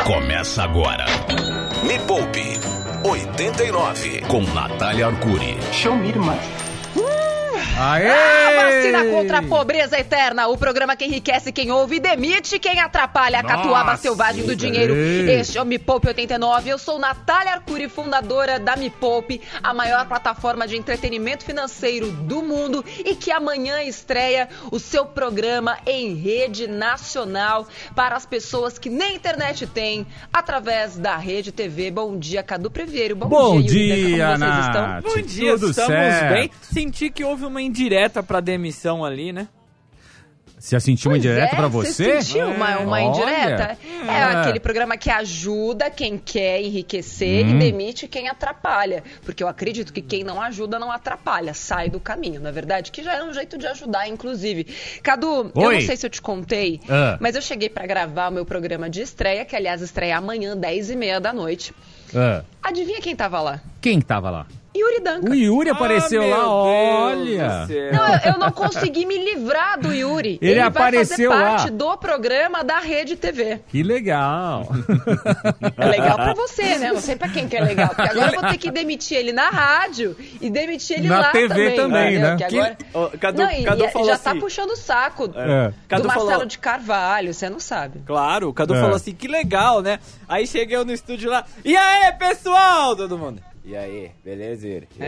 Começa agora. Me Poupe 89 com Natália Arcuri. Show me, irmã. Aê! A vacina contra a pobreza eterna, o programa que enriquece quem ouve e demite quem atrapalha a catuaba selvagem do dinheiro. Este é o Me Poupe 89, eu sou Natália Arcuri, fundadora da Me Poupe, a maior plataforma de entretenimento financeiro do mundo e que amanhã estreia o seu programa em rede nacional para as pessoas que nem internet têm, através da Rede TV. Bom dia, Cadu Previeiro. Bom dia, dia, como vocês estão? Nath. Bom dia, Tudo estamos certo. bem. Senti que houve uma indireta pra demissão ali, né? Você sentiu uma indireta pra você? Você sentiu uma Olha. indireta? É aquele programa que ajuda quem quer enriquecer e demite quem atrapalha. Porque eu acredito que quem não ajuda não atrapalha, sai do caminho, na verdade, que já é um jeito de ajudar, inclusive. Cadu, eu não sei se eu te contei, mas eu cheguei pra gravar o meu programa de estreia, que aliás estreia amanhã, 10h30 da noite. Adivinha quem tava lá? Quem tava lá? Yuri Danca. O Yuri apareceu lá, olha. Não, eu não consegui me livrar do Yuri. Ele apareceu vai lá. fazer parte do programa da Rede TV. Que legal. É legal pra você, né? Não sei pra quem que é legal. Porque agora eu vou ter que demitir ele na rádio e demitir ele Na lá TV também, né? Porque agora... Cadu falou já assim, tá puxando o saco Cadu do Marcelo falou- de Carvalho, você não sabe. Claro, o Cadu falou assim, que legal, né? Aí cheguei eu no estúdio lá, e aí, pessoal? Todo mundo. E aí, beleza, Yuri? E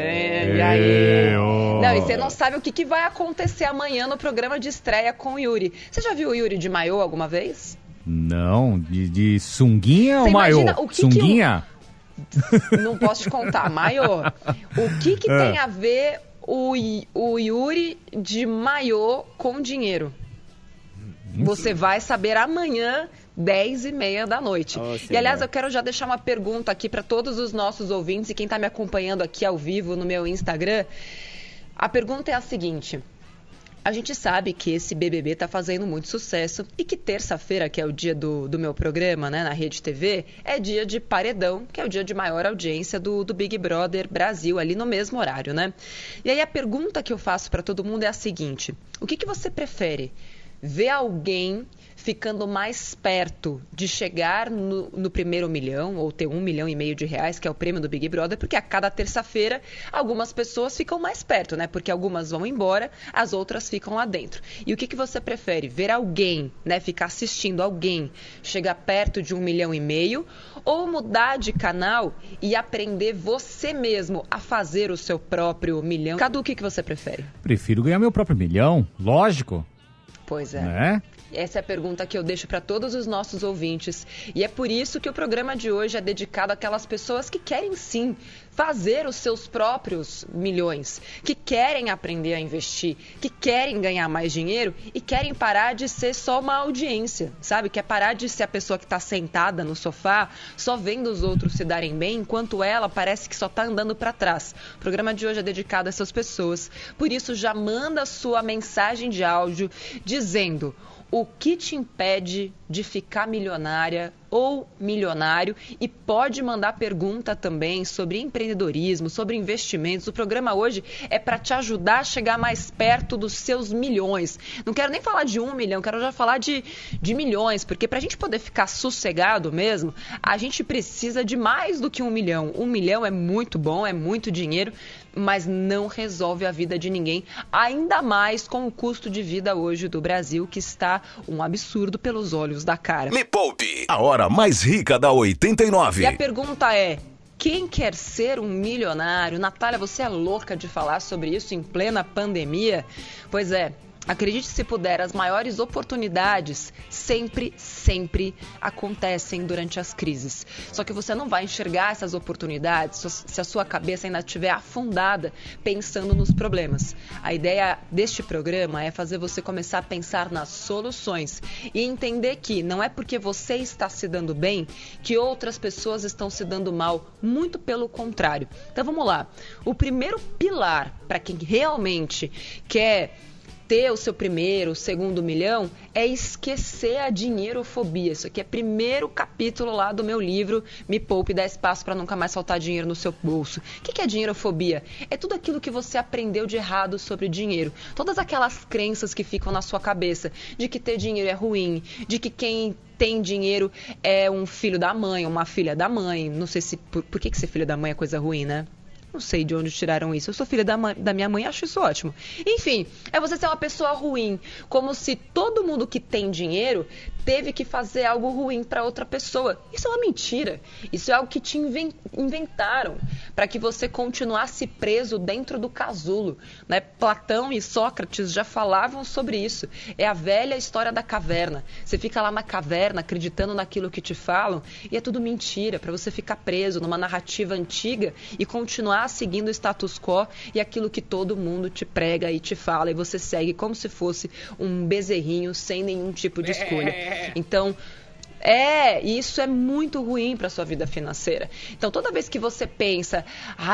aí? ô. Não, e você não sabe o que vai acontecer amanhã no programa de estreia com o Yuri. Você já viu o Yuri de maiô alguma vez? Não, de sunguinha Você ou maiô? imagina o que Sunguinha? Não posso te contar, maiô. O que tem a ver o Yuri de maiô com dinheiro? Você vai saber amanhã, 10h30 da noite. E aliás, eu quero já deixar uma pergunta aqui para todos os nossos ouvintes e quem está me acompanhando aqui ao vivo no meu Instagram. A pergunta é a seguinte: a gente sabe que esse BBB está fazendo muito sucesso e que terça-feira, que é o dia do meu programa, né, na Rede TV, é dia de paredão, que é o dia de maior audiência do Big Brother Brasil, ali no mesmo horário, né? E aí a pergunta que eu faço para todo mundo é a seguinte: o que você prefere? Ver alguém ficando mais perto de chegar no primeiro milhão, ou ter 1,5 milhão de reais, que é o prêmio do Big Brother, porque a cada terça-feira algumas pessoas ficam mais perto, né? Porque algumas vão embora, as outras ficam lá dentro. E o que você prefere? Ver alguém, né? Ficar assistindo alguém chegar perto de 1,5 milhão, ou mudar de canal e aprender você mesmo a fazer o seu próprio milhão? Cadu, o que você prefere? Prefiro ganhar meu próprio milhão, lógico. Pois é. Né? Essa é a pergunta que eu deixo para todos os nossos ouvintes. E é por isso que o programa de hoje é dedicado àquelas pessoas que querem sim fazer os seus próprios milhões, que querem aprender a investir, que querem ganhar mais dinheiro e querem parar de ser só uma audiência, sabe? Quer parar de ser a pessoa que está sentada no sofá, só vendo os outros se darem bem, enquanto ela parece que só está andando para trás. O programa de hoje é dedicado a essas pessoas. Por isso, já manda sua mensagem de áudio dizendo o que te impede de ficar milionária ou milionário, e pode mandar pergunta também sobre empreendedorismo, sobre investimentos. O programa hoje é para te ajudar a chegar mais perto dos seus milhões. Não quero nem falar de 1 milhão, quero já falar de milhões, porque para a gente poder ficar sossegado mesmo, a gente precisa de mais do que 1 milhão. 1 milhão é muito bom, é muito dinheiro, mas não resolve a vida de ninguém, ainda mais com o custo de vida hoje do Brasil, que está um absurdo pelos olhos da cara. Me Poupe, a hora mais rica da 89. E a pergunta é: quem quer ser um milionário? Natália, você é louca de falar sobre isso em plena pandemia? Pois é. Acredite se puder, as maiores oportunidades sempre acontecem durante as crises. Só que você não vai enxergar essas oportunidades se a sua cabeça ainda estiver afundada pensando nos problemas. A ideia deste programa é fazer você começar a pensar nas soluções e entender que não é porque você está se dando bem que outras pessoas estão se dando mal, muito pelo contrário. Então vamos lá. O primeiro pilar para quem realmente quer ter o seu primeiro, o segundo milhão, é esquecer a dinheirofobia. Isso aqui é primeiro capítulo lá do meu livro Me Poupe, Dá Espaço para Nunca Mais Faltar Dinheiro no Seu Bolso. O que é dinheirofobia? É tudo aquilo que você aprendeu de errado sobre dinheiro. Todas aquelas crenças que ficam na sua cabeça de que ter dinheiro é ruim, de que quem tem dinheiro é um filho da mãe, uma filha da mãe. Não sei se... Por que ser filho da mãe é coisa ruim, né? Não sei de onde tiraram isso. Eu sou filha da minha mãe e acho isso ótimo. Enfim, é você ser uma pessoa ruim. Como se todo mundo que tem dinheiro teve que fazer algo ruim para outra pessoa. Isso é uma mentira. Isso é algo que te inventaram para que você continuasse preso dentro do casulo, né? Platão e Sócrates já falavam sobre isso. É a velha história da caverna. Você fica lá na caverna acreditando naquilo que te falam e é tudo mentira, para você ficar preso numa narrativa antiga e continuar seguindo o status quo e aquilo que todo mundo te prega e te fala, e você segue como se fosse um bezerrinho sem nenhum tipo de escolha. Então, isso é muito ruim para sua vida financeira. Então, toda vez que você pensa,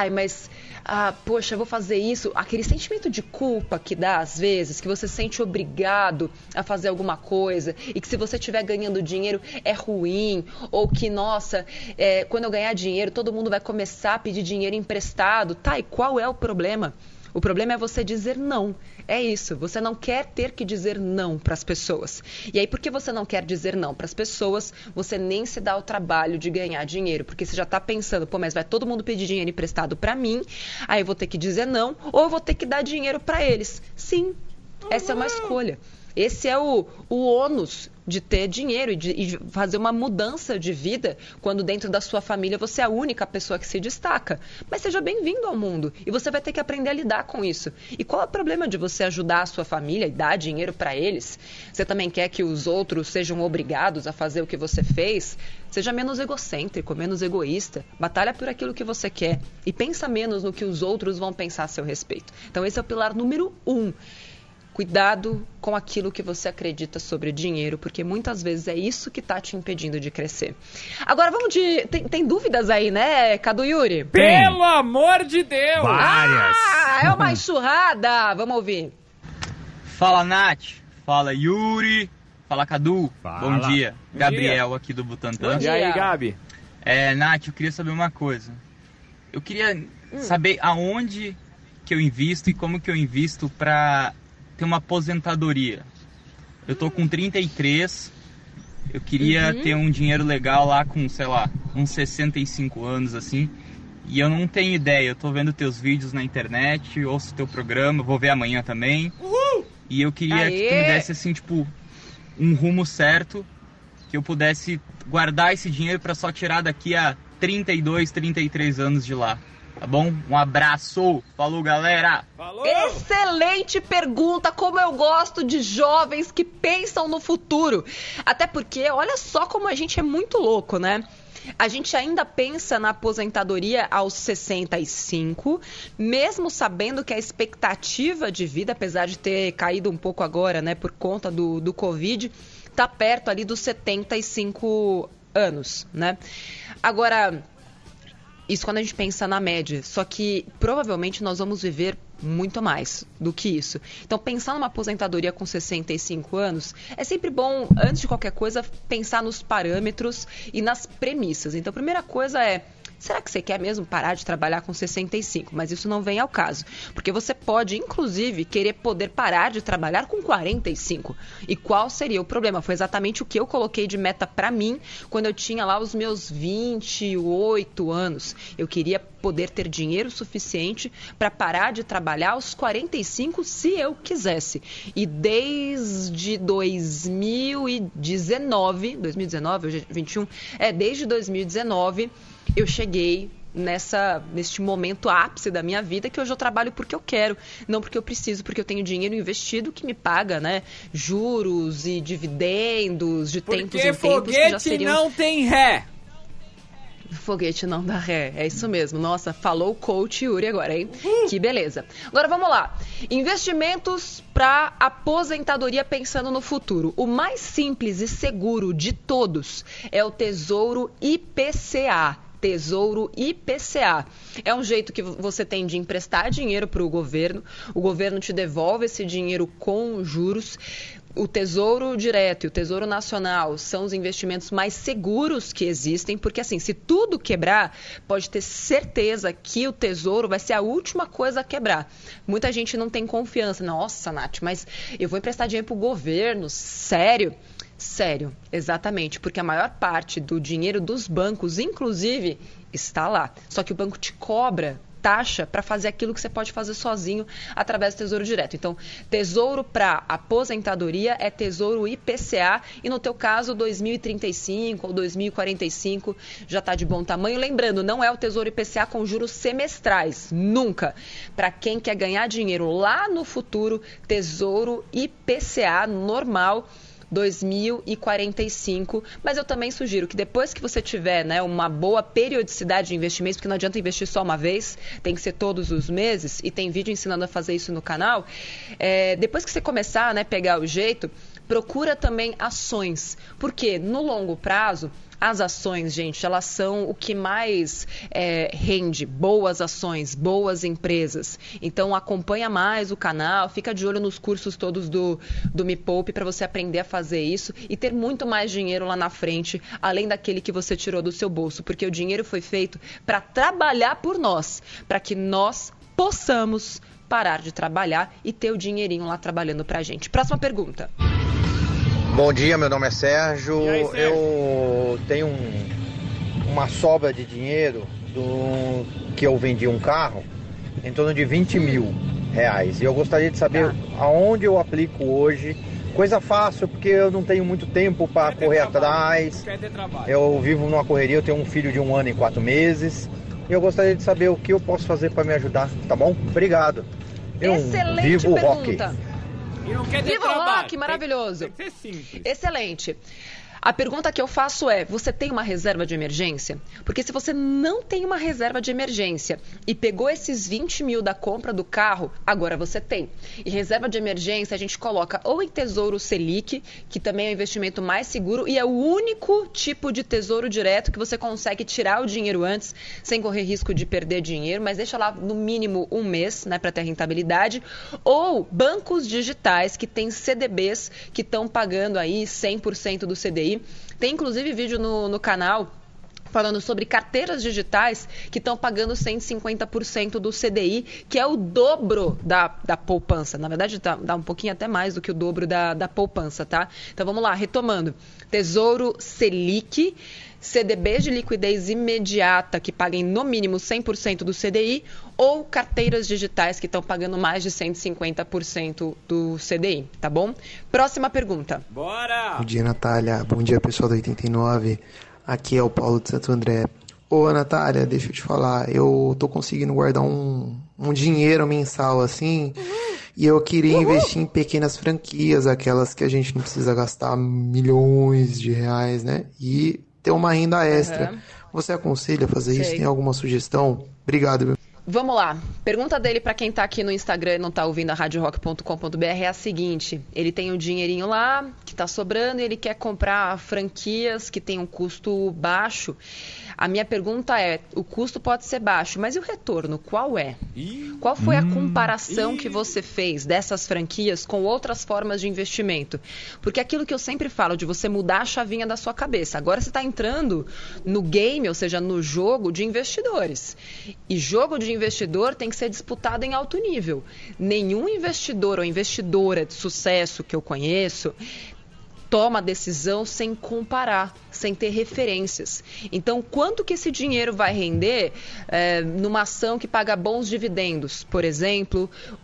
poxa, eu vou fazer isso, aquele sentimento de culpa que dá às vezes, que você se sente obrigado a fazer alguma coisa e que se você estiver ganhando dinheiro é ruim, ou que, nossa, quando eu ganhar dinheiro todo mundo vai começar a pedir dinheiro emprestado. Tá, e qual é o problema? O problema é você dizer não. É isso, você não quer ter que dizer não para as pessoas. E aí, porque você não quer dizer não para as pessoas, você nem se dá o trabalho de ganhar dinheiro. Porque você já está pensando, mas vai todo mundo pedir dinheiro emprestado para mim, aí eu vou ter que dizer não, ou eu vou ter que dar dinheiro para eles. Sim, essa é uma escolha. Esse é o ônus de ter dinheiro e fazer uma mudança de vida quando dentro da sua família você é a única pessoa que se destaca. Mas seja bem-vindo ao mundo e você vai ter que aprender a lidar com isso. E qual é o problema de você ajudar a sua família e dar dinheiro para eles? Você também quer que os outros sejam obrigados a fazer o que você fez? Seja menos egocêntrico, menos egoísta. Batalha por aquilo que você quer e pensa menos no que os outros vão pensar a seu respeito. Então esse é o pilar número 1. Cuidado com aquilo que você acredita sobre dinheiro, porque muitas vezes é isso que está te impedindo de crescer. Agora vamos de... Tem dúvidas aí, né, Cadu Yuri? Pelo amor de Deus! Várias! É uma enxurrada! Vamos ouvir. Fala, Nath. Fala, Yuri. Fala, Cadu. Fala. Bom dia. Gabriel aqui do Butantã. Bom E dia. aí, Gabi? Nath, eu queria saber uma coisa. Eu queria saber aonde que eu invisto e como que eu invisto para ter uma aposentadoria. Eu tô com 33, eu queria ter um dinheiro legal lá com, sei lá, uns 65 anos, assim, e eu não tenho ideia. Eu tô vendo teus vídeos na internet, ouço teu programa, vou ver amanhã também. E eu queria que tu me desse, assim, tipo, um rumo certo, que eu pudesse guardar esse dinheiro para só tirar daqui a 32, 33 anos de lá. Tá bom? Um abraço. Falou, galera. Falou! Excelente pergunta, como eu gosto de jovens que pensam no futuro. Até porque, olha só como a gente é muito louco, né? A gente ainda pensa na aposentadoria aos 65, mesmo sabendo que a expectativa de vida, apesar de ter caído um pouco agora, né, por conta do Covid, tá perto ali dos 75 anos, né? Agora... Isso quando a gente pensa na média, só que provavelmente nós vamos viver muito mais do que isso. Então, pensar numa aposentadoria com 65 anos é sempre bom, antes de qualquer coisa, pensar nos parâmetros e nas premissas. Então, a primeira coisa é... Será que você quer mesmo parar de trabalhar com 65? Mas isso não vem ao caso. Porque você pode, inclusive, querer poder parar de trabalhar com 45. E qual seria o problema? Foi exatamente o que eu coloquei de meta para mim quando eu tinha lá os meus 28 anos. Eu queria poder ter dinheiro suficiente para parar de trabalhar aos 45 se eu quisesse. E desde 2019, hoje é 21, desde 2019... eu cheguei neste momento ápice da minha vida, que hoje eu trabalho porque eu quero, não porque eu preciso, porque eu tenho dinheiro investido que me paga, né, juros e dividendos de tempos em tempos. Porque foguete não tem ré. Foguete não dá ré, é isso mesmo. Nossa, falou o coach Yuri agora, hein? Que beleza. Agora vamos lá. Investimentos para aposentadoria pensando no futuro. O mais simples e seguro de todos é o Tesouro IPCA. Tesouro IPCA. É um jeito que você tem de emprestar dinheiro para o governo te devolve esse dinheiro com juros. O Tesouro Direto e o Tesouro Nacional são os investimentos mais seguros que existem, porque assim, se tudo quebrar, pode ter certeza que o Tesouro vai ser a última coisa a quebrar. Muita gente não tem confiança. Nossa, Nath, mas eu vou emprestar dinheiro para o governo? Sério? Sério, exatamente, porque a maior parte do dinheiro dos bancos, inclusive, está lá. Só que o banco te cobra taxa para fazer aquilo que você pode fazer sozinho através do Tesouro Direto. Então, tesouro para aposentadoria é Tesouro IPCA e no teu caso 2035 ou 2045 já está de bom tamanho. Lembrando, não é o Tesouro IPCA com juros semestrais, nunca. Para quem quer ganhar dinheiro lá no futuro, Tesouro IPCA normal 2045, mas eu também sugiro que depois que você tiver, né, uma boa periodicidade de investimentos, porque não adianta investir só uma vez, tem que ser todos os meses, e tem vídeo ensinando a fazer isso no canal, depois que você começar, né, pegar o jeito, procura também ações, porque no longo prazo, as ações, gente, elas são o que mais rende, boas ações, boas empresas. Então, acompanha mais o canal, fica de olho nos cursos todos do Me Poupe para você aprender a fazer isso e ter muito mais dinheiro lá na frente, além daquele que você tirou do seu bolso, porque o dinheiro foi feito para trabalhar por nós, para que nós possamos parar de trabalhar e ter o dinheirinho lá trabalhando para a gente. Próxima pergunta. Bom dia, meu nome é Sérgio. E aí, Sérgio? Eu tenho uma sobra de dinheiro que eu vendi um carro em torno de 20 mil reais. E eu gostaria de saber aonde eu aplico hoje. Coisa fácil, porque eu não tenho muito tempo para correr atrás. Eu vivo numa correria, eu tenho um filho de 1 ano e 4 meses. E eu gostaria de saber o que eu posso fazer para me ajudar, tá bom? Obrigado. Excelente Vivo pergunta. Rock. E não quer ter Viva o trabalho. rock, maravilhoso. Tem que ser simples. Excelente. A pergunta que eu faço é, você tem uma reserva de emergência? Porque se você não tem uma reserva de emergência e pegou esses 20 mil da compra do carro, agora você tem. E reserva de emergência a gente coloca ou em Tesouro Selic, que também é o investimento mais seguro e é o único tipo de tesouro direto que você consegue tirar o dinheiro antes, sem correr risco de perder dinheiro, mas deixa lá no mínimo 1 mês, né, para ter rentabilidade. Ou bancos digitais que têm CDBs que estão pagando aí 100% do CDI. Tem inclusive vídeo no canal falando sobre carteiras digitais que estão pagando 150% do CDI, que é o dobro da poupança. Na verdade, dá um pouquinho até mais do que o dobro da poupança, tá? Então vamos lá, retomando. Tesouro Selic, CDBs de liquidez imediata que paguem no mínimo 100% do CDI ou carteiras digitais que estão pagando mais de 150% do CDI, tá bom? Próxima pergunta. Bora! Bom dia, Natália. Bom dia, pessoal da 89. Aqui é o Paulo de Santo André. Ô, Natália, deixa eu te falar. Eu tô conseguindo guardar um dinheiro mensal, assim, e eu queria investir em pequenas franquias, aquelas que a gente não precisa gastar milhões de reais, né? E ter uma renda extra. Você aconselha fazer isso? Tem alguma sugestão? Obrigado, meu. Vamos lá. Pergunta dele para quem está aqui no Instagram e não está ouvindo a radiorock.com.br é a seguinte. Ele tem um dinheirinho lá que está sobrando e ele quer comprar franquias que têm um custo baixo. A minha pergunta é, o custo pode ser baixo, mas e o retorno, qual é? Qual foi a comparação que você fez dessas franquias com outras formas de investimento? Porque aquilo que eu sempre falo, de você mudar a chavinha da sua cabeça. Agora você está entrando no game, ou seja, no jogo de investidores. E jogo de investidor tem que ser disputado em alto nível. Nenhum investidor ou investidora de sucesso que eu conheço toma decisão sem comparar, sem ter referências. Então, quanto que esse dinheiro vai render numa ação que paga bons dividendos, por exemplo,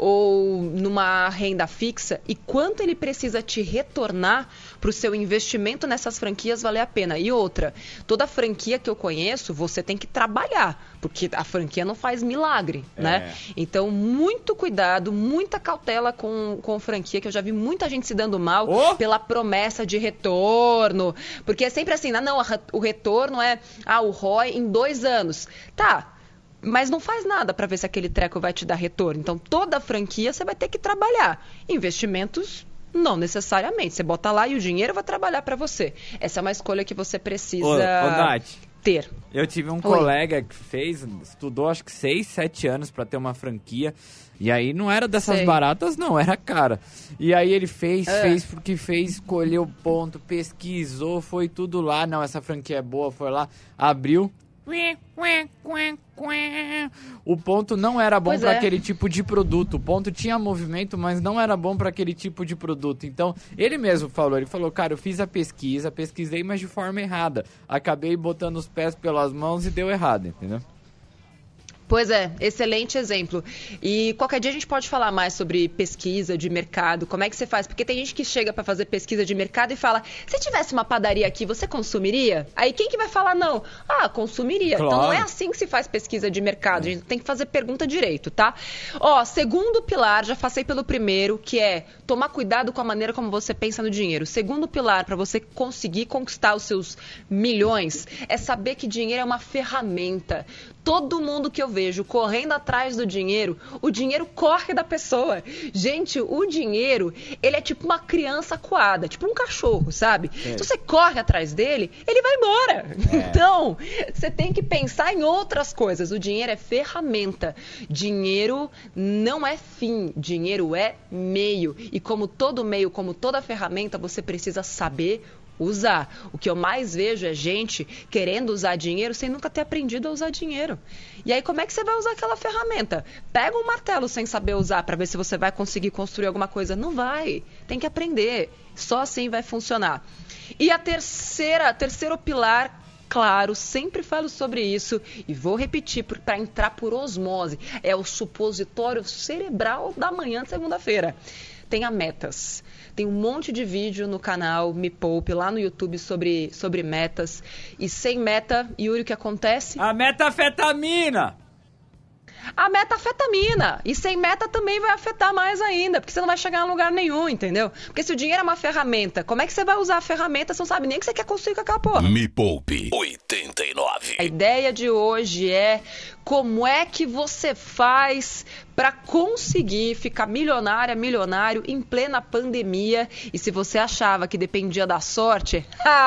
ou numa renda fixa, e quanto ele precisa te retornar para o seu investimento nessas franquias valer a pena. E outra, toda franquia que eu conheço, você tem que trabalhar, porque a franquia não faz milagre, né? Então, muito cuidado, muita cautela com franquia, que eu já vi muita gente se dando mal pela promessa de retorno, porque é sempre assim, não, o retorno é o ROI em 2 anos. Tá, mas não faz nada para ver se aquele treco vai te dar retorno. Então, toda franquia você vai ter que trabalhar. Investimentos, não necessariamente. Você bota lá e o dinheiro vai trabalhar para você. Essa é uma escolha que você precisa Nath, ter. Eu tive um colega que estudou acho que 6, 7 anos pra ter uma franquia. E aí não era dessas baratas, não, era cara. E aí ele fez porque fez, escolheu ponto, pesquisou, foi tudo lá. Não, essa franquia é boa, foi lá, abriu. O ponto não era bom para aquele tipo de produto. O ponto tinha movimento, mas não era bom para aquele tipo de produto. Então, ele mesmo falou, cara, eu fiz a pesquisa, pesquisei, mas de forma errada. Acabei botando os pés pelas mãos e deu errado, entendeu? Pois é, excelente exemplo. E qualquer dia a gente pode falar mais sobre pesquisa de mercado, como é que você faz? Porque tem gente que chega para fazer pesquisa de mercado e fala, se tivesse uma padaria aqui, você consumiria? Aí quem que vai falar não? Ah, consumiria. Claro. Então não é assim que se faz pesquisa de mercado, a gente tem que fazer pergunta direito, tá? Ó, segundo pilar, já passei pelo primeiro, que é tomar cuidado com a maneira como você pensa no dinheiro. Segundo pilar, para você conseguir conquistar os seus milhões, é saber que dinheiro é uma ferramenta. Todo mundo que eu vejo correndo atrás do dinheiro, o dinheiro corre da pessoa. Gente, o dinheiro, ele é tipo uma criança acuada, tipo um cachorro, sabe? Se você corre atrás dele, ele vai embora. Então, você tem que pensar em outras coisas. O dinheiro é ferramenta. Dinheiro não é fim, dinheiro é meio. E como todo meio, como toda ferramenta, você precisa saber usar. O que eu mais vejo é gente querendo usar dinheiro sem nunca ter aprendido a usar dinheiro. E aí, como é que você vai usar aquela ferramenta? Pega um martelo sem saber usar para ver se você vai conseguir construir alguma coisa. Não vai. Tem que aprender. Só assim vai funcionar. E a terceiro pilar, claro, sempre falo sobre isso e vou repetir para entrar por osmose. É o supositório cerebral da manhã de segunda-feira. Tenha metas. Tem um monte de vídeo no canal Me Poupe, lá no YouTube, sobre metas. E sem meta, Yuri, o que acontece? A metafetamina! A metafetamina. E sem meta também vai afetar mais ainda, porque você não vai chegar em lugar nenhum, entendeu? Porque se o dinheiro é uma ferramenta, como é que você vai usar a ferramenta se não sabe nem o que você quer construir com aquela porra? Me Poupe 89. A ideia de hoje é como é que você faz para conseguir ficar milionário em plena pandemia. E se você achava que dependia da sorte,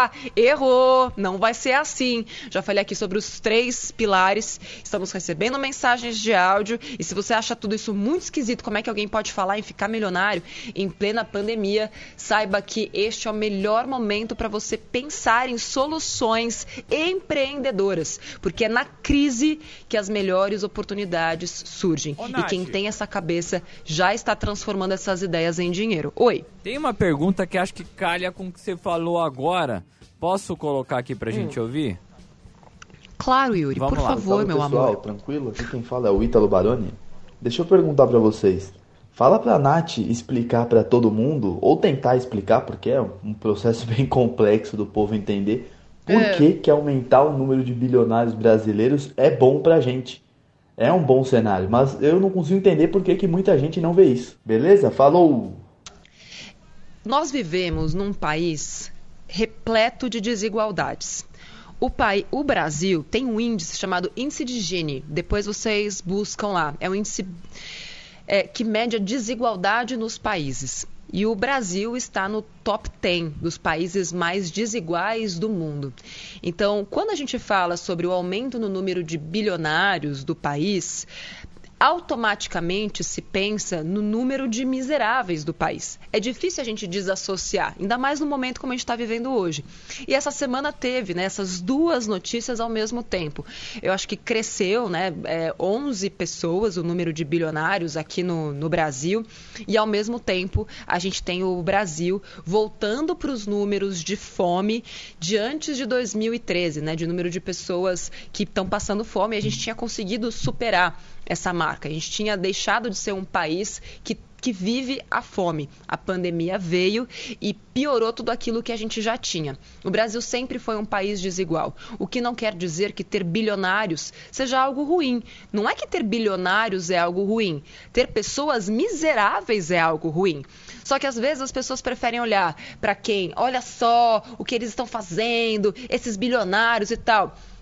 errou, não vai ser assim. Já falei aqui sobre os 3 pilares, estamos recebendo mensagens de áudio, e se você acha tudo isso muito esquisito, como é que alguém pode falar em ficar milionário em plena pandemia, saiba que este é o melhor momento para você pensar em soluções empreendedoras, porque é na crise que as melhores oportunidades surgem. E quem tem essa cabeça já está transformando essas ideias em dinheiro. Oi. Tem uma pergunta que acho que calha com o que você falou agora. Posso colocar aqui pra gente ouvir? Claro, Yuri. Vamos por lá. favor, Salve, meu pessoal, amor. tranquilo? Aqui quem fala é o Ítalo Baroni. Deixa eu perguntar pra vocês. Fala pra Nath explicar pra todo mundo, ou tentar explicar, porque é um processo bem complexo do povo entender, por que aumentar o número de bilionários brasileiros é bom pra gente. É um bom cenário, mas eu não consigo entender por que muita gente não vê isso. Beleza? Falou! Nós vivemos num país repleto de desigualdades. O Brasil tem um índice chamado Índice de Gini. Depois vocês buscam lá. É um índice que mede a desigualdade nos países. E o Brasil está no top 10 dos países mais desiguais do mundo. Então, quando a gente fala sobre o aumento no número de bilionários do país, automaticamente se pensa no número de miseráveis do país. É difícil a gente desassociar, ainda mais no momento como a gente está vivendo hoje. E essa semana teve, né, essas 2 notícias ao mesmo tempo. Eu acho que cresceu, né, 11 pessoas o número de bilionários aqui no Brasil, e ao mesmo tempo a gente tem o Brasil voltando para os números de fome de antes de 2013, né, de número de pessoas que estão passando fome, e a gente tinha conseguido superar essa marca. A gente tinha deixado de ser um país que vive a fome. A pandemia veio e piorou tudo aquilo que a gente já tinha. O Brasil sempre foi um país desigual, o que não quer dizer que ter bilionários seja algo ruim. Não é que ter bilionários é algo ruim. Ter pessoas miseráveis é algo ruim. Só que às vezes as pessoas preferem olhar para quem? Olha só o que eles estão fazendo, esses bilionários e tal.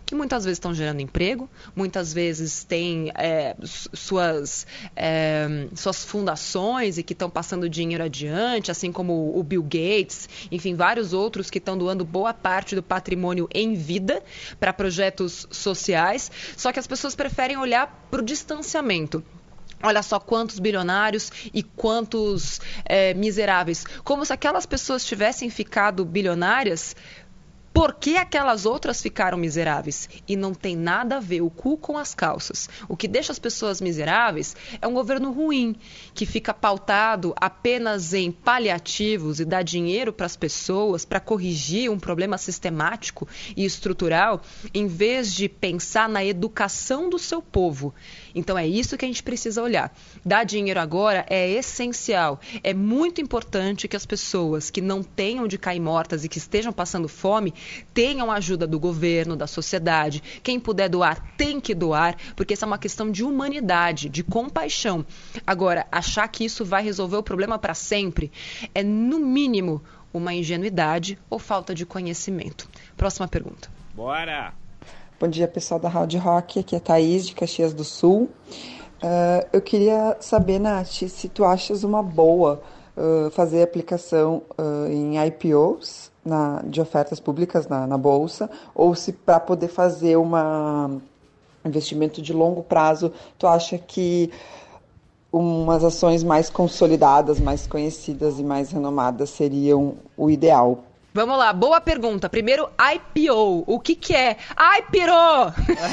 que muitas vezes estão gerando emprego, muitas vezes têm suas fundações e que estão passando dinheiro adiante, assim como o Bill Gates, enfim, vários outros que estão doando boa parte do patrimônio em vida para projetos sociais, só que as pessoas preferem olhar para o distanciamento. Olha só quantos bilionários e quantos miseráveis. Como se aquelas pessoas tivessem ficado bilionárias, por que aquelas outras ficaram miseráveis? E não tem nada a ver o cu com as calças. O que deixa as pessoas miseráveis é um governo ruim, que fica pautado apenas em paliativos e dá dinheiro para as pessoas para corrigir um problema sistemático e estrutural, em vez de pensar na educação do seu povo. Então é isso que a gente precisa olhar. Dar dinheiro agora é essencial. É muito importante que as pessoas que não tenham de cair mortas e que estejam passando fome tenham a ajuda do governo, da sociedade. Quem puder doar, tem que doar, porque essa é uma questão de humanidade, de compaixão. Agora, achar que isso vai resolver o problema para sempre é, no mínimo, uma ingenuidade ou falta de conhecimento. Próxima pergunta. Bora! Bom dia, pessoal da Rádio Rock. Aqui é Thaís, de Caxias do Sul. Eu queria saber, Nath, se tu achas uma boa fazer aplicação em IPOs, de ofertas públicas na Bolsa, ou se para poder fazer um investimento de longo prazo, tu acha que umas ações mais consolidadas, mais conhecidas e mais renomadas seriam o ideal? Vamos lá, boa pergunta. Primeiro, IPO. O que é? Ai, pirou!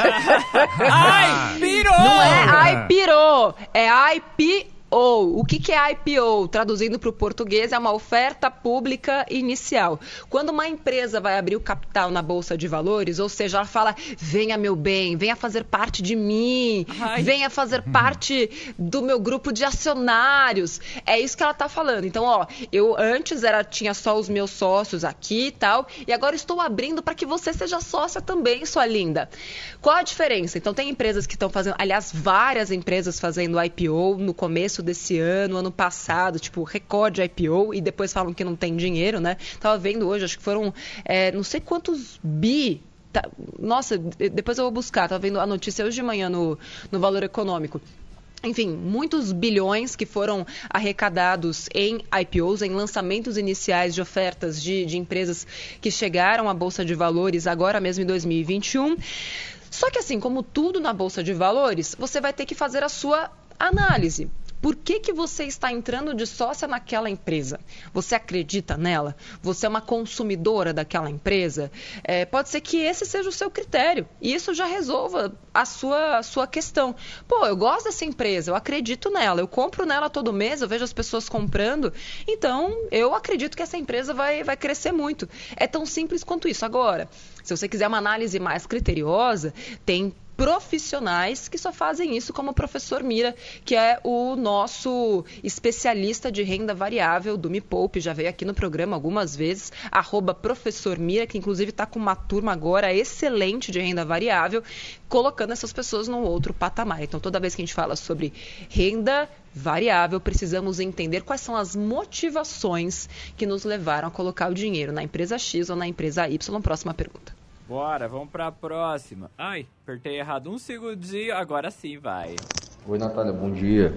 Ai, pirou! Não é ai, pirou, é IPO. O que é IPO? Traduzindo para o português, é uma oferta pública inicial. Quando uma empresa vai abrir o capital na Bolsa de Valores, ou seja, ela fala, venha meu bem, venha fazer parte de mim, venha fazer parte do meu grupo de acionários. É isso que ela está falando. Então, eu antes tinha só os meus sócios aqui e tal, e agora estou abrindo para que você seja sócia também, sua linda. Qual a diferença? Então, tem empresas que estão fazendo, aliás, várias empresas fazendo IPO no começo desse ano passado, tipo, recorde IPO, e depois falam que não tem dinheiro, né? Tava vendo hoje, acho que foram não sei quantos bi. Nossa, depois eu vou buscar, tava vendo a notícia hoje de manhã no Valor Econômico. Enfim, muitos bilhões que foram arrecadados em IPOs, em lançamentos iniciais de ofertas de empresas que chegaram à Bolsa de Valores agora mesmo em 2021. Só que assim, como tudo na Bolsa de Valores, você vai ter que fazer a sua análise. Por que você está entrando de sócia naquela empresa? Você acredita nela? Você é uma consumidora daquela empresa? Pode ser que esse seja o seu critério. E isso já resolva a sua questão. Pô, eu gosto dessa empresa, eu acredito nela, eu compro nela todo mês, eu vejo as pessoas comprando. Então, eu acredito que essa empresa vai crescer muito. É tão simples quanto isso. Agora, se você quiser uma análise mais criteriosa, tem profissionais que só fazem isso, como o professor Mira, que é o nosso especialista de renda variável do Me Poupe, já veio aqui no programa algumas vezes, @professor Mira, que inclusive está com uma turma agora excelente de renda variável, colocando essas pessoas num outro patamar. Então, toda vez que a gente fala sobre renda variável, precisamos entender quais são as motivações que nos levaram a colocar o dinheiro na empresa X ou na empresa Y. Próxima pergunta. Bora, vamos pra próxima. Ai, apertei errado um segundinho, agora sim vai. Oi, Natália, bom dia.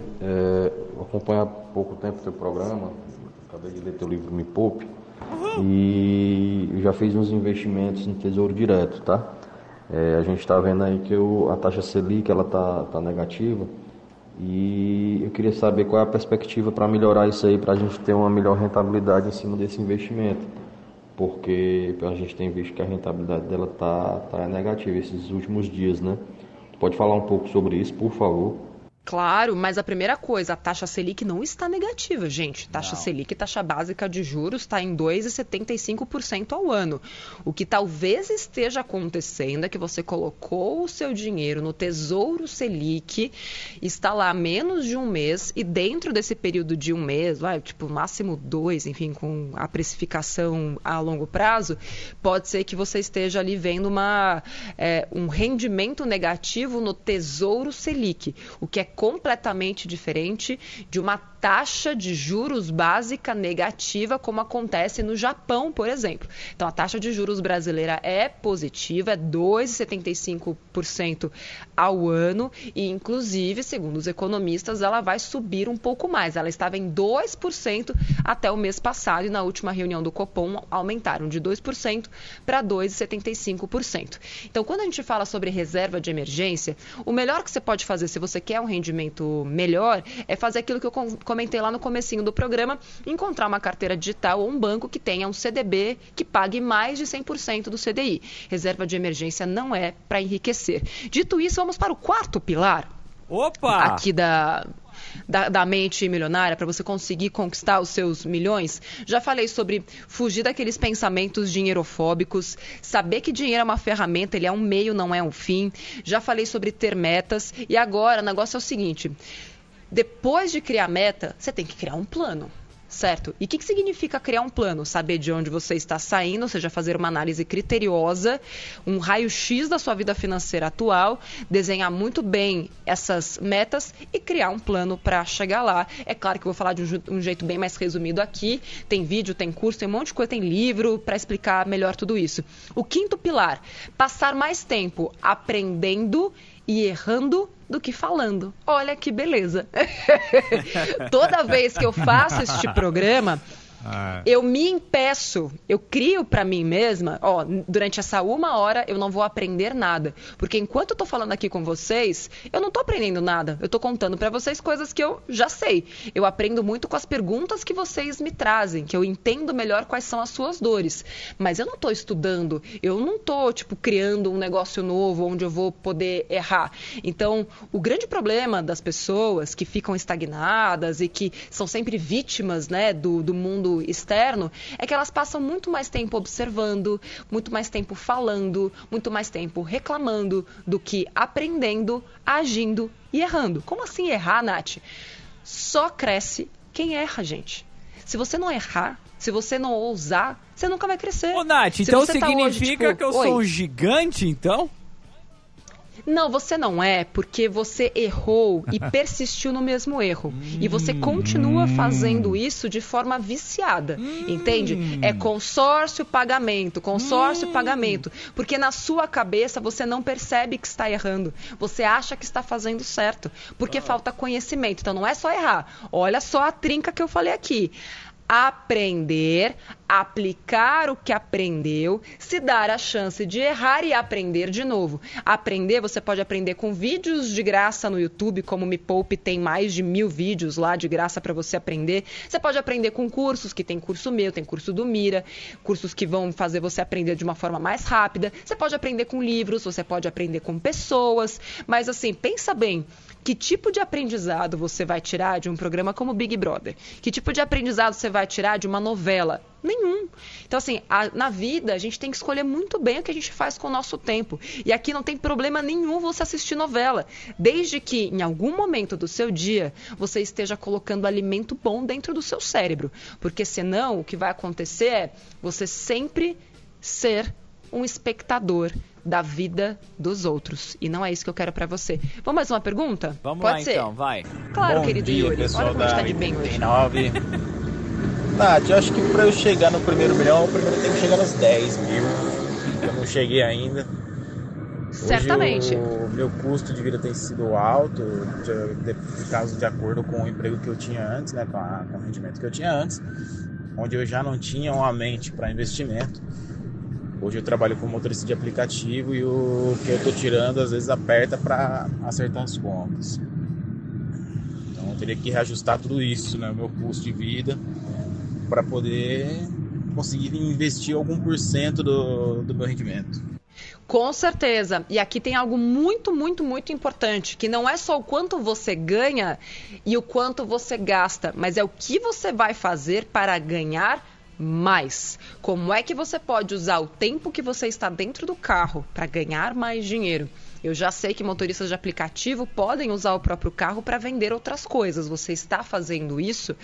Eu acompanho há pouco tempo o teu programa, acabei de ler teu livro Me Poupe, e eu já fiz uns investimentos no Tesouro Direto, tá? A gente está vendo aí que a taxa Selic ela tá negativa, e eu queria saber qual é a perspectiva para melhorar isso aí, para a gente ter uma melhor rentabilidade em cima desse investimento. Porque a gente tem visto que a rentabilidade dela tá negativa esses últimos dias, né? Pode falar um pouco sobre isso, por favor? Claro, mas a primeira coisa, a taxa Selic não está negativa, gente. Taxa Selic, taxa básica de juros, está em 2,75% ao ano. O que talvez esteja acontecendo é que você colocou o seu dinheiro no Tesouro Selic, está lá há menos de um mês, e dentro desse período de um mês, máximo 2, enfim, com a precificação a longo prazo, pode ser que você esteja ali vendo um rendimento negativo no Tesouro Selic, o que é completamente diferente de uma taxa de juros básica negativa, como acontece no Japão, por exemplo. Então, a taxa de juros brasileira é positiva, é 2,75% ao ano e, inclusive, segundo os economistas, ela vai subir um pouco mais. Ela estava em 2% até o mês passado e na última reunião do Copom aumentaram de 2% para 2,75%. Então, quando a gente fala sobre reserva de emergência, o melhor que você pode fazer se você quer um rendimento melhor é fazer aquilo que eu comentei lá no comecinho do programa, encontrar uma carteira digital ou um banco que tenha um CDB que pague mais de 100% do CDI. Reserva de emergência não é para enriquecer. Dito isso, vamos para o quarto pilar. Opa! Aqui da mente milionária, para você conseguir conquistar os seus milhões. Já falei sobre fugir daqueles pensamentos dinheirofóbicos, saber que dinheiro é uma ferramenta, ele é um meio, não é um fim. Já falei sobre ter metas e agora o negócio é o seguinte, depois de criar meta, você tem que criar um plano. Certo? E o que significa criar um plano? Saber de onde você está saindo, ou seja, fazer uma análise criteriosa, um raio-x da sua vida financeira atual, desenhar muito bem essas metas e criar um plano para chegar lá. É claro que eu vou falar de um jeito bem mais resumido aqui. Tem vídeo, tem curso, tem um monte de coisa, tem livro para explicar melhor tudo isso. O quinto pilar, passar mais tempo aprendendo e errando do que falando. Olha que beleza. Toda vez que eu faço este programa, eu me impeço, eu crio para mim mesma, durante essa 1 hora eu não vou aprender nada. Porque enquanto eu tô falando aqui com vocês, eu não tô aprendendo nada. Eu tô contando para vocês coisas que eu já sei. Eu aprendo muito com as perguntas que vocês me trazem, que eu entendo melhor quais são as suas dores. Mas eu não tô estudando, eu não tô, criando um negócio novo onde eu vou poder errar. Então, o grande problema das pessoas que ficam estagnadas e que são sempre vítimas, né, do mundo externo, é que elas passam muito mais tempo observando, muito mais tempo falando, muito mais tempo reclamando do que aprendendo, agindo e errando. Como assim errar, Nath? Só cresce quem erra, gente. Se você não errar, se você não ousar, você nunca vai crescer. Ô, Nath, então significa que eu sou um gigante, então? Não, você não é, porque você errou e persistiu no mesmo erro. E você continua fazendo isso de forma viciada, entende? É consórcio, pagamento, pagamento. Porque na sua cabeça você não percebe que está errando. Você acha que está fazendo certo, porque falta conhecimento. Então não é só errar. Olha só a trinca que eu falei aqui. Aprender, aplicar o que aprendeu, se dar a chance de errar e aprender de novo. Aprender, você pode aprender com vídeos de graça no YouTube, como o Me Poupe tem mais de 1000 vídeos lá de graça para você aprender. Você pode aprender com cursos, que tem curso meu, tem curso do Mira, cursos que vão fazer você aprender de uma forma mais rápida. Você pode aprender com livros, você pode aprender com pessoas, mas assim, pensa bem. Que tipo de aprendizado você vai tirar de um programa como Big Brother? Que tipo de aprendizado você vai tirar de uma novela? Nenhum. Então, assim, na vida a gente tem que escolher muito bem o que a gente faz com o nosso tempo. E aqui não tem problema nenhum você assistir novela, desde que em algum momento do seu dia você esteja colocando alimento bom dentro do seu cérebro. Porque senão o que vai acontecer é você sempre ser um espectador da vida dos outros. E não é isso que eu quero pra você. Vamos mais uma pergunta? Vamos Pode lá ser? Então, vai. Claro, Bom querido dia, Yuri. pessoal. Olha como a gente tá de bem hoje. 89. Nath, eu acho que pra eu chegar no primeiro milhão, eu primeiro tenho que chegar nos 10 mil. Eu não cheguei ainda. Certamente. Hoje o meu custo de vida tem sido alto, de acordo com o emprego que eu tinha antes, né, com o rendimento que eu tinha antes, onde eu já não tinha uma mente para investimento. Hoje eu trabalho como motorista de aplicativo e o que eu tô tirando às vezes aperta para acertar as contas. Então eu teria que reajustar tudo isso, né, o meu custo de vida, para poder conseguir investir algum % do meu rendimento. Com certeza. E aqui tem algo muito, muito, muito importante, que não é só o quanto você ganha e o quanto você gasta, mas é o que você vai fazer para ganhar mais. Como é que você pode usar o tempo que você está dentro do carro para ganhar mais dinheiro? Eu já sei que motoristas de aplicativo podem usar o próprio carro para vender outras coisas. Você está fazendo isso?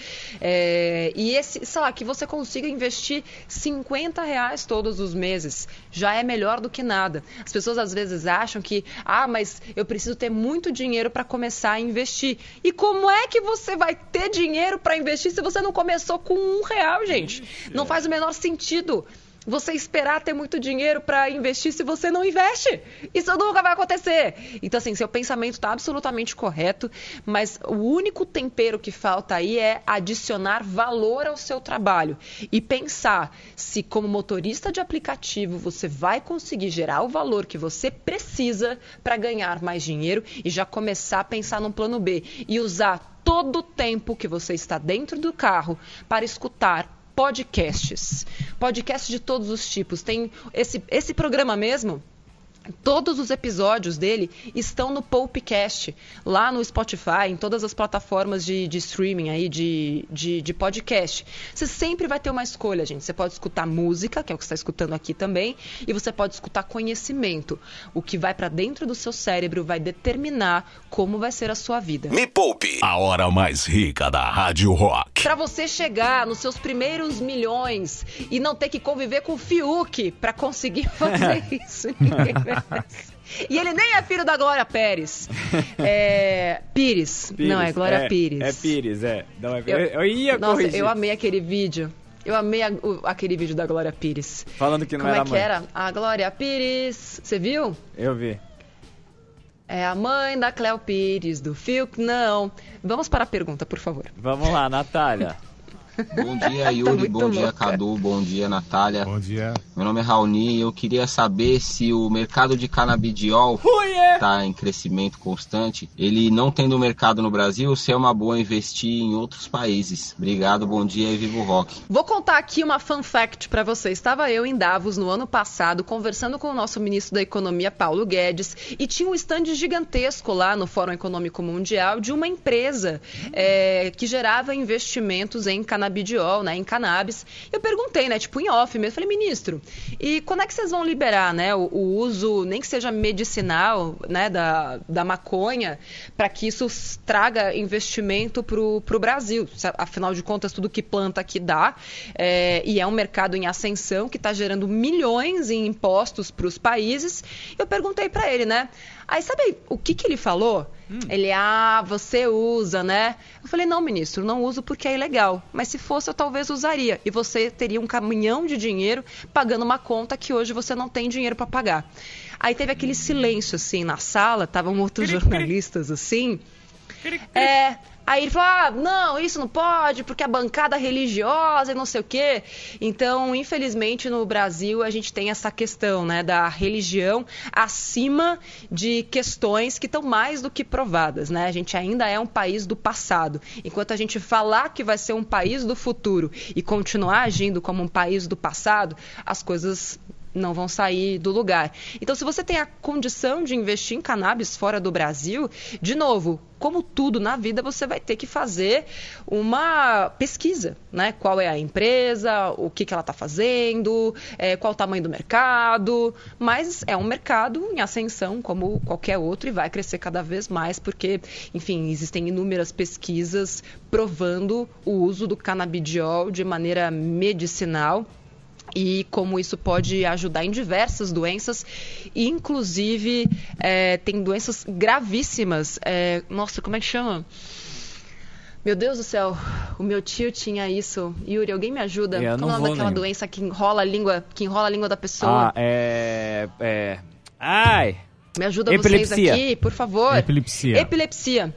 E sei lá, que você consiga investir R$50 todos os meses. Já é melhor do que nada. As pessoas às vezes acham que, mas eu preciso ter muito dinheiro para começar a investir. E como é que você vai ter dinheiro para investir se você não começou com R$1, gente? Não faz o menor sentido. Você esperar ter muito dinheiro para investir se você não investe. Isso nunca vai acontecer. Então, assim, seu pensamento está absolutamente correto, mas o único tempero que falta aí é adicionar valor ao seu trabalho e pensar se, como motorista de aplicativo, você vai conseguir gerar o valor que você precisa para ganhar mais dinheiro e já começar a pensar num plano B e usar todo o tempo que você está dentro do carro para escutar podcasts de todos os tipos. Tem esse programa mesmo, todos os episódios dele estão no Popcast, lá no Spotify, em todas as plataformas de streaming aí, de podcast. Você sempre vai ter uma escolha, gente. Você pode escutar música, que é o que você está escutando aqui também, e você pode escutar conhecimento. O que vai para dentro do seu cérebro vai determinar como vai ser a sua vida. Me Poupe, a hora mais rica da Rádio Rock. Para você chegar nos seus primeiros milhões e não ter que conviver com o Fiuk para conseguir fazer isso. E ele nem é filho da Glória Pérez. Pires. Não, é Glória Pires. É Pires, Não, eu ia corrigir. Nossa, eu amei aquele vídeo. Eu amei aquele vídeo da Glória Pires. Falando que não era mãe. Como é que era? A Glória Pires. Você viu? Eu vi. É a mãe da Cléo Pires, do Fiuk, não. Vamos para a pergunta, por favor. Vamos lá, Natália. Bom dia, Yuri. Bom dia, Cadu. Bom dia, Natália. Bom dia. Meu nome é Raoni e eu queria saber se o mercado de canabidiol está em crescimento constante. Ele não tendo mercado no Brasil, se é uma boa investir em outros países. Obrigado, bom dia e viva o rock. Vou contar aqui uma fun fact para você. Estava eu em Davos no ano passado conversando com o nosso ministro da Economia, Paulo Guedes, e tinha um stand gigantesco lá no Fórum Econômico Mundial de uma empresa que gerava investimentos em canabidiol, né, em cannabis. Eu perguntei, né, tipo em off mesmo, falei, ministro, e quando é que vocês vão liberar, né, o uso, nem que seja medicinal, né, da maconha, para que isso traga investimento pro Brasil? Afinal de contas, tudo que planta aqui dá, e é um mercado em ascensão que está gerando milhões em impostos para os países. Eu perguntei para ele, né? Aí sabe o que ele falou? Ele, você usa, né? Eu falei, não, ministro, não uso porque é ilegal. Mas se fosse, eu talvez usaria. E você teria um caminhão de dinheiro pagando uma conta que hoje você não tem dinheiro para pagar. Aí teve aquele silêncio, assim, na sala. Estavam outros jornalistas, assim. Aí ele falou, não, isso não pode, porque a bancada religiosa e não sei o quê. Então, infelizmente, no Brasil, a gente tem essa questão, né, da religião acima de questões que estão mais do que provadas, né? A gente ainda é um país do passado. Enquanto a gente falar que vai ser um país do futuro e continuar agindo como um país do passado, as coisas não vão sair do lugar. Então, se você tem a condição de investir em cannabis fora do Brasil, de novo, como tudo na vida, você vai ter que fazer uma pesquisa, né? Qual é a empresa, o que ela está fazendo, qual o tamanho do mercado, mas é um mercado em ascensão como qualquer outro e vai crescer cada vez mais porque, enfim, existem inúmeras pesquisas provando o uso do canabidiol de maneira medicinal e como isso pode ajudar em diversas doenças, inclusive tem doenças gravíssimas. Nossa, como é que chama? Meu Deus do céu, o meu tio tinha isso. Yuri, alguém me ajuda? Qual é o nome daquela doença que enrola a língua da pessoa? Ai! Me ajuda vocês aqui, por favor. Epilepsia.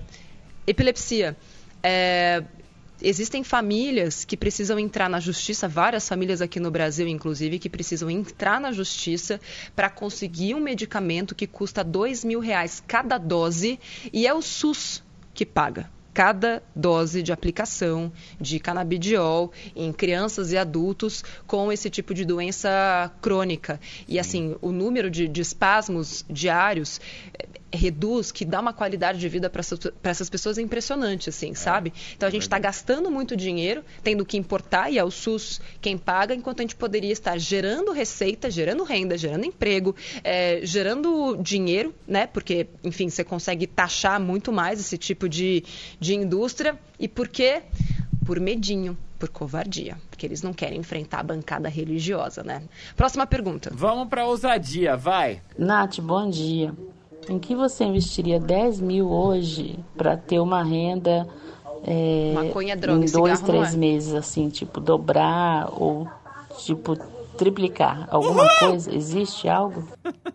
Existem famílias que precisam entrar na justiça, várias famílias aqui no Brasil, inclusive, que precisam entrar na justiça para conseguir um medicamento que custa R$2.000 cada dose e é o SUS que paga cada dose de aplicação de canabidiol em crianças e adultos com esse tipo de doença crônica. E assim, o número de espasmos diários reduz, que dá uma qualidade de vida para essas pessoas é impressionante, assim, sabe? Então a gente está gastando muito dinheiro, tendo que importar, e é o SUS quem paga, enquanto a gente poderia estar gerando receita, gerando renda, gerando emprego, gerando dinheiro, né? Porque, enfim, você consegue taxar muito mais esse tipo de indústria. E por quê? Por medinho, por covardia, porque eles não querem enfrentar a bancada religiosa, né? Próxima pergunta. Vamos pra ousadia, vai. Nath, bom dia. Em que você investiria 10 mil hoje para ter uma renda maconha, droga, em 2, 3 meses, assim, tipo, dobrar ou, tipo, triplicar? Alguma coisa? Existe algo?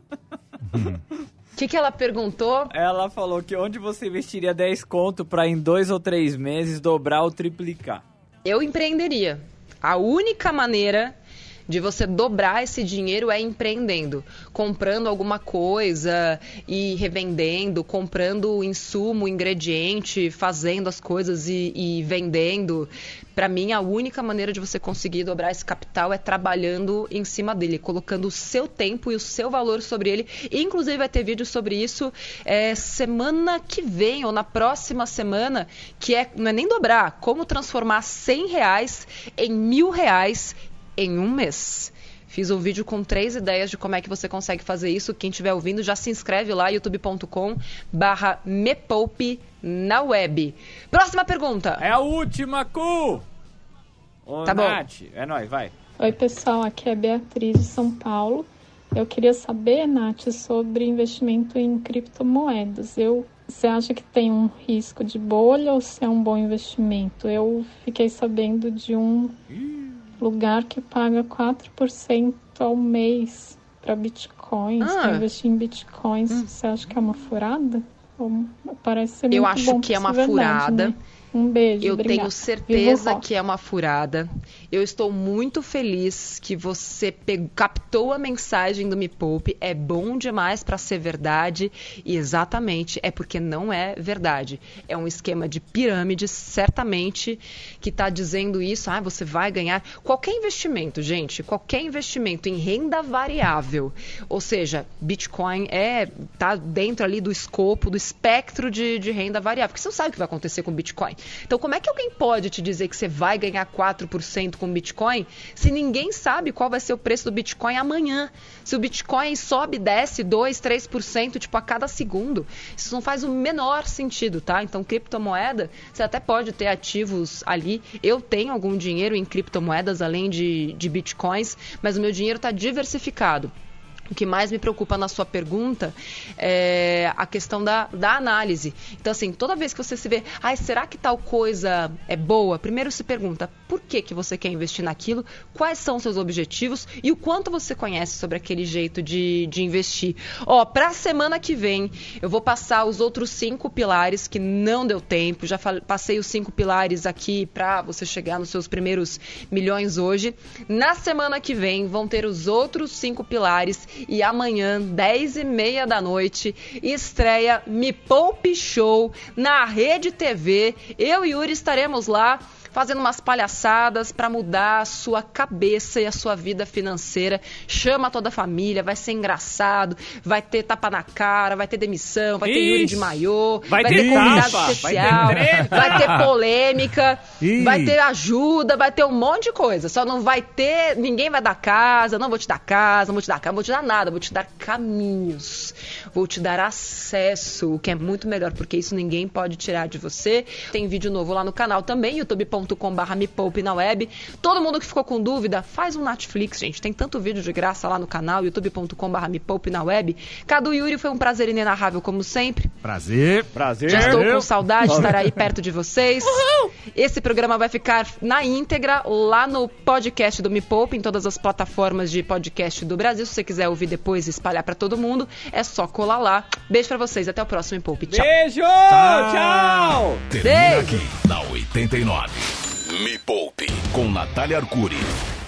O que ela perguntou? Ela falou que onde você investiria 10 conto pra em 2 ou 3 meses dobrar ou triplicar? Eu empreenderia. A única maneira de você dobrar esse dinheiro é empreendendo, comprando alguma coisa e revendendo, comprando insumo, ingrediente, fazendo as coisas e vendendo. Para mim, a única maneira de você conseguir dobrar esse capital é trabalhando em cima dele, colocando o seu tempo e o seu valor sobre ele. E, inclusive, vai ter vídeo sobre isso semana que vem ou na próxima semana, que não é nem dobrar, como transformar R$100 em R$1.000 em um mês. Fiz um vídeo com 3 ideias de como é que você consegue fazer isso. Quem estiver ouvindo, já se inscreve lá, youtube.com/mepoupe na web. Próxima pergunta. É a última, Cu! Tá bom. Nath, é nóis, vai. Oi, pessoal, aqui é a Beatriz de São Paulo. Eu queria saber, Nath, sobre investimento em criptomoedas. Você acha que tem um risco de bolha ou se é um bom investimento? Eu fiquei sabendo de um lugar que paga 4% ao mês para bitcoins, para investir em bitcoins. Você acha que é uma furada? Parece ser muito bom. Eu acho que é uma furada. Né? Um beijo, Eu obrigada. tenho certeza que é uma furada. Eu estou muito feliz que você captou a mensagem do Me Poupe. É bom demais para ser verdade. E exatamente, é porque não é verdade. É um esquema de pirâmide, certamente, que está dizendo isso. Você vai ganhar. Qualquer investimento, gente, qualquer investimento em renda variável, ou seja, Bitcoin está dentro ali do escopo, do espectro de renda variável. Porque você não sabe o que vai acontecer com Bitcoin. Então, como é que alguém pode te dizer que você vai ganhar 4% com Bitcoin se ninguém sabe qual vai ser o preço do Bitcoin amanhã? Se o Bitcoin sobe, desce 2%, 3%, tipo, a cada segundo. Isso não faz o menor sentido, tá? Então, criptomoeda, você até pode ter ativos ali. Eu tenho algum dinheiro em criptomoedas, além de Bitcoins, mas o meu dinheiro está diversificado. O que mais me preocupa na sua pergunta é a questão da análise. Então, assim, toda vez que você se vê, será que tal coisa é boa? Primeiro se pergunta, por que você quer investir naquilo? Quais são os seus objetivos? E o quanto você conhece sobre aquele jeito de investir? Para a semana que vem, eu vou passar os outros 5 pilares que não deu tempo. Já passei os 5 pilares aqui para você chegar nos seus primeiros milhões hoje. Na semana que vem, vão ter os outros 5 pilares. E amanhã, 10h30 da noite, estreia Me Poupe Show na Rede TV. Eu e Yuri estaremos lá fazendo umas palhaçadas para mudar a sua cabeça e a sua vida financeira. Chama toda a família, vai ser engraçado, vai ter tapa na cara, vai ter demissão, vai ter Yuri de maiô, vai ter convidado especial, vai ter polêmica, vai ter ajuda, vai ter um monte de coisa. Só não vai ter, ninguém vai dar casa, não vou te dar casa, não vou te dar casa, não vou te dar nada, vou te dar caminhos, vou te dar acesso, o que é muito melhor, porque isso ninguém pode tirar de você. Tem vídeo novo lá no canal também, youtube.com/mepoupe na web. Todo mundo que ficou com dúvida, faz um Netflix, gente. Tem tanto vídeo de graça lá no canal, youtube.com/mepoupe na web. Cadu e Yuri, foi um prazer inenarrável, como sempre. Prazer. Já estou com saudade de estar aí perto de vocês. Esse programa vai ficar na íntegra lá no podcast do Me Poupe, em todas as plataformas de podcast do Brasil. Se você quiser ouvir depois e espalhar pra todo mundo, é só colar lá. Beijo pra vocês, até o próximo Me Poupe. Tchau. Beijo! Tchau! Termina aqui na 89. Me Poupe, com Natália Arcuri.